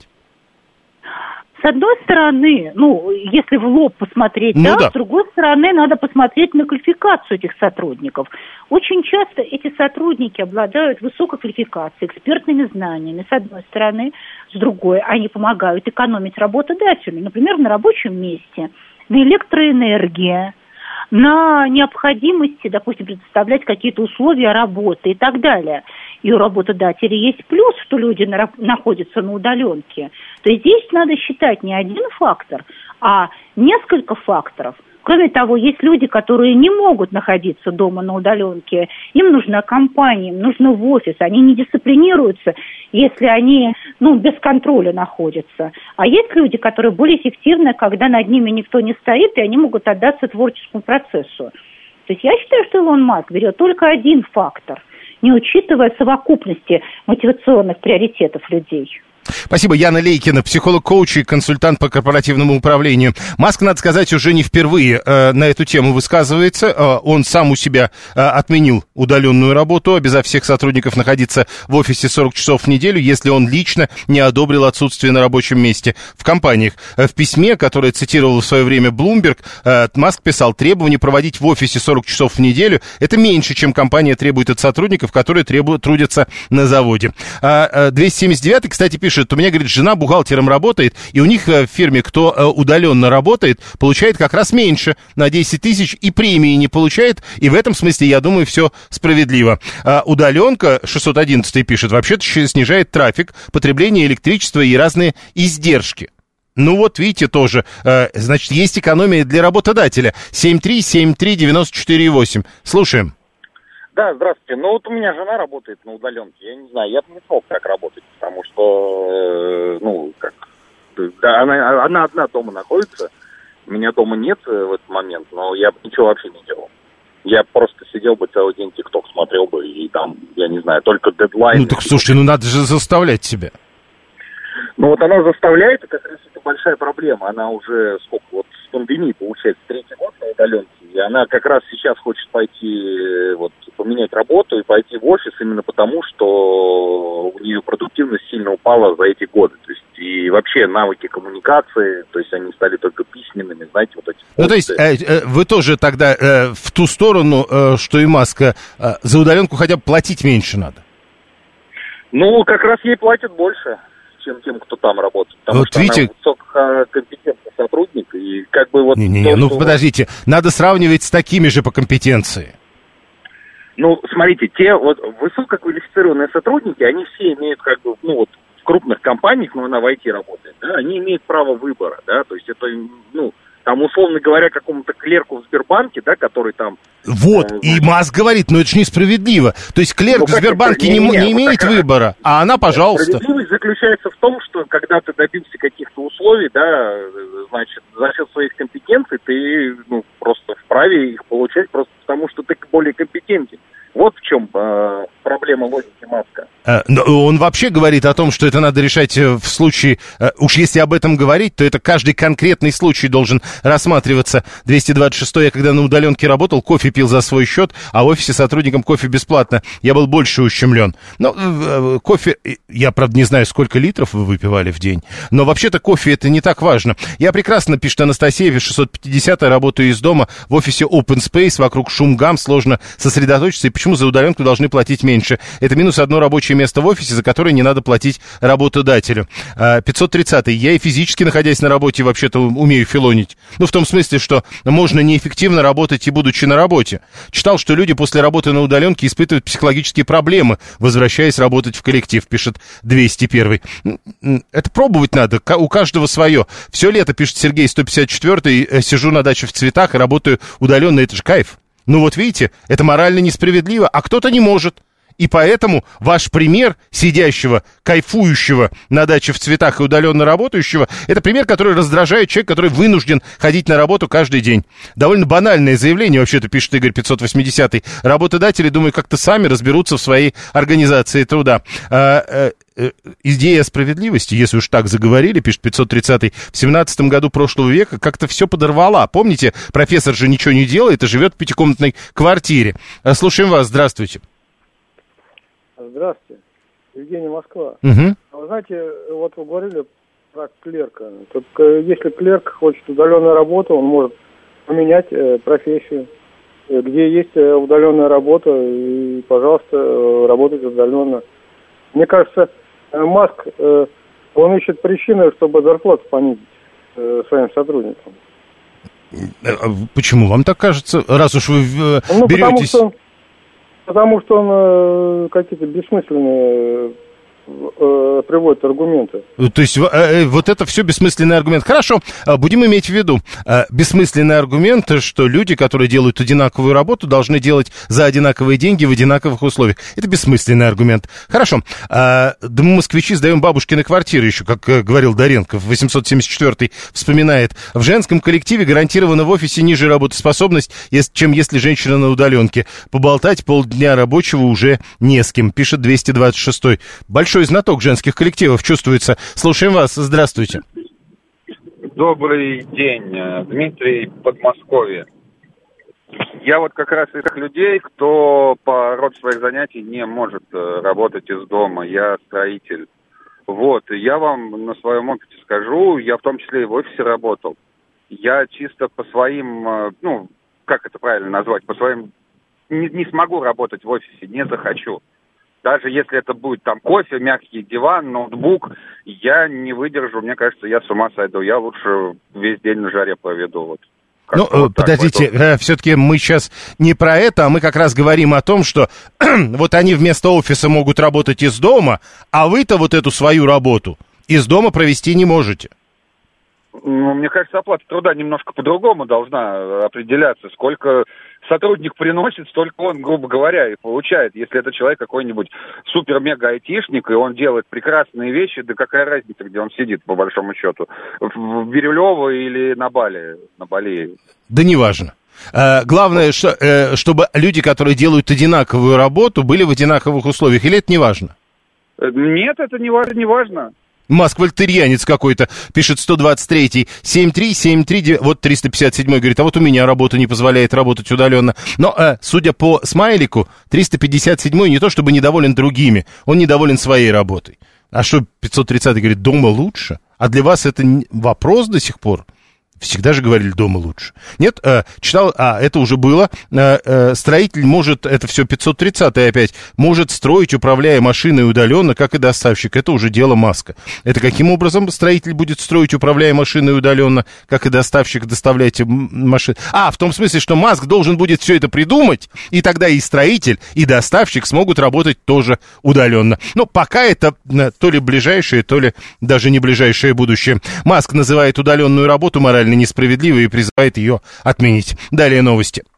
С одной стороны, ну, если в лоб посмотреть,
ну,
да,
да,
с другой стороны, надо посмотреть на квалификацию этих сотрудников. Очень часто эти сотрудники обладают высокой квалификацией, экспертными знаниями, с одной стороны. С другой, они помогают экономить работодателю. Например, на рабочем месте, на электроэнергии, на необходимости, допустим, предоставлять какие-то условия работы и так далее. И у работодателя есть плюс, что люди на, находятся на удаленке. То есть здесь надо считать не один фактор, а несколько факторов. Кроме того, есть люди, которые не могут находиться дома на удаленке. Им нужна компания, им нужно в офис. Они не дисциплинируются, если они, ну, без контроля находятся. А есть люди, которые более эффективны, когда над ними никто не стоит, и они могут отдаться творческому процессу. То есть я считаю, что Илон Маск берет только один фактор, не учитывая совокупности мотивационных приоритетов людей.
Спасибо. Яна Лейкина, психолог-коуч и консультант по корпоративному управлению. Маск, надо сказать, уже не впервые э, на эту тему высказывается. Э, он сам у себя э, отменил удаленную работу, обязав всех сотрудников находиться в офисе сорок часов в неделю, если он лично не одобрил отсутствие на рабочем месте в компаниях. Э, в письме, которое цитировал в свое время Bloomberg, э, Маск писал: требование проводить в офисе сорок часов в неделю — это меньше, чем компания требует от сотрудников, которые требуют, трудятся на заводе. А, двести семьдесят девятый, кстати, пишет: у меня, говорит, жена бухгалтером работает, и у них в фирме, кто удаленно работает, получает как раз меньше на десять тысяч, и премии не получает, и в этом смысле, я думаю, все справедливо. А удаленка, шестьсот одиннадцатый пишет, вообще-то снижает трафик, потребление электричества и разные издержки. Ну вот, видите, тоже, э, значит, есть экономия для работодателя. семь три семь три девять четыре восемь. Слушаем.
Да, здравствуйте. Ну вот у меня жена работает на удаленке. Я не знаю, я бы не смог так работать, потому что, э, ну, как, да, она, она одна дома находится, меня дома нет в этот момент, но я бы ничего вообще не делал. Я просто сидел бы целый день ТикТок смотрел бы, и там, я не знаю, только дедлайн.
Ну так, слушайте, ну надо же заставлять себя.
Ну вот она заставляет, и как раз это большая проблема. Она уже, сколько, вот с пандемии, получается, третий год на удаленке, и она как раз сейчас хочет пойти, вот, поменять работу и пойти в офис именно потому, что у нее продуктивность сильно упала за эти годы. То есть и вообще навыки коммуникации, то есть они стали только письменными, знаете, вот эти...
Ну, то есть э, э, вы тоже тогда э, в ту сторону, э, что и Маска, э, за удаленку хотя бы платить меньше надо?
Ну, как раз ей платят больше, чем тем, кто там работает. Потому
вот
что
видите...
она высококомпетентный сотрудник, и как бы вот...
Не-не-не, ну, подождите, надо сравнивать с такими же по компетенции.
Ну, смотрите, те вот высококвалифицированные сотрудники, они все имеют как бы, ну вот, в крупных компаниях, но она в ай ти работает, да, они имеют право выбора, да, то есть это, ну, там, условно говоря, какому-то клерку в Сбербанке, да, который там...
Вот, э, и Маск говорит, ну это же несправедливо. То есть клерк ну, в Сбербанке не, не, не имеет вот выбора, а она, пожалуйста.
Справедливость заключается в том, что когда ты добился каких-то условий, да, значит, за счет своих компетенций ты, ну, просто вправе их получать, просто потому что ты более компетентен. Вот в чем э, проблема логики Маска.
Он вообще говорит о том, что это надо решать в случае, уж если об этом говорить, то это каждый конкретный случай должен рассматриваться. двести двадцать шестой, я когда на удаленке работал, кофе пил за свой счет, а в офисе сотрудникам кофе бесплатно. Я был больше ущемлен. Но кофе, я, правда, не знаю, сколько литров вы выпивали в день, но вообще-то кофе это не так важно. Я прекрасно, пишет Анастасия, шестьсот пятьдесят, работаю из дома, в офисе open space, вокруг шум, гам, сложно сосредоточиться, и почему за удаленку должны платить меньше? Это минус одно рабочее место в офисе, за которое не надо платить работодателю. пятьсот тридцатый. Я и физически, находясь на работе, вообще-то умею филонить. Ну, в том смысле, что можно неэффективно работать и будучи на работе. Читал, что люди после работы на удаленке испытывают психологические проблемы, возвращаясь работать в коллектив, пишет двести первый. Это пробовать надо, у каждого свое. Все лето, пишет Сергей сто пятьдесят четвёртый, сижу на даче в цветах и работаю удаленно, это же кайф. Ну вот видите, это морально несправедливо, а кто-то не может. И поэтому ваш пример сидящего, кайфующего на даче в цветах и удаленно работающего, это пример, который раздражает человека, который вынужден ходить на работу каждый день. Довольно банальное заявление, вообще-то, пишет Игорь пятьсот восьмидесятый. Работодатели, думаю, как-то сами разберутся в своей организации труда. А, а, идея справедливости, если уж так заговорили, пишет пятьсот тридцатый, в семнадцатом году прошлого века как-то все подорвала. Помните, профессор же ничего не делает и живет в пятикомнатной квартире. Слушаем вас, здравствуйте.
Здравствуйте, Евгений, Москва.
Угу.
Вы знаете, вот вы говорили про клерка. Только если клерк хочет удаленную работу, он может поменять э, профессию. Где есть э, удаленная работа, и, пожалуйста, э, работайте удаленно. Мне кажется, э, Маск, э, он ищет причины, чтобы зарплату понизить э, своим сотрудникам.
Почему вам так кажется, раз уж вы э,
ну,
беретесь...
Потому что Потому что он э, какие-то бессмысленные э, приводит аргументы.
То есть э, вот это все бессмысленный аргумент. Хорошо, будем иметь в виду. Э, бессмысленный аргумент, что люди, которые делают одинаковую работу, должны делать за одинаковые деньги в одинаковых условиях. Это бессмысленный аргумент. Хорошо. Э, да мы, москвичи, сдаем бабушкины квартиры еще, как э, говорил Доренко, восемьсот семьдесят четвёртый вспоминает. В женском коллективе гарантирована в офисе ниже работоспособность, чем если женщина на удаленке. Поболтать полдня рабочего уже не с кем, пишет двести двадцать шестой. Большой знаток женских коллективов чувствуется. Слушаем вас. Здравствуйте.
Добрый день, Дмитрий, Подмосковье. Я вот как раз из тех людей, кто по роду своих занятий не может работать из дома. Я строитель. Вот, и я вам на своем опыте скажу, я в том числе и в офисе работал. Я чисто по своим, ну, как это правильно назвать, по своим... Не, не смогу работать в офисе, не захочу. Даже если это будет там кофе, мягкий диван, ноутбук, я не выдержу, мне кажется, я с ума сойду. Я лучше весь день на жаре проведу. Вот.
Ну, вот подождите, э, все-таки мы сейчас не про это, а мы как раз говорим о том, что вот они вместо офиса могут работать из дома, а вы-то вот эту свою работу из дома провести не можете.
Ну, мне кажется, оплата труда немножко по-другому должна определяться. Сколько сотрудник приносит, столько он, грубо говоря, и получает. Если это человек какой-нибудь супер-мега-айтишник, и он делает прекрасные вещи, да какая разница, где он сидит, по большому счету, в Бирюлево или на Бали, на Бали.
Да неважно. Uh, главное, что, uh, чтобы люди, которые делают одинаковую работу, были в одинаковых условиях. Или это не важно?
Нет, это не важно. Не важно.
Москвальтерьянец какой-то, пишет сто двадцать третий, семь три семь три, вот триста пятьдесят седьмой, говорит, а вот у меня работа не позволяет работать удаленно. Но, э, судя по смайлику, триста пятьдесят седьмой не то чтобы недоволен другими, он недоволен своей работой. А что, пятьсот тридцатый говорит, дома лучше? А для вас это вопрос до сих пор? Всегда же говорили, дома лучше. Нет, э, читал, а, это уже было. Э, э, строитель может, это все пятьсот тридцатый опять, может строить, управляя машиной удаленно, как и доставщик. Это уже дело Маска. Это каким образом строитель будет строить, управляя машиной удаленно, как и доставщик, доставлять машины? А, в том смысле, что Маск должен будет все это придумать, и тогда и строитель, и доставщик смогут работать тоже удаленно. Но пока это то ли ближайшее, то ли даже не ближайшее будущее. Маск называет удаленную работу морально несправедливой и призывает ее отменить. Далее новости.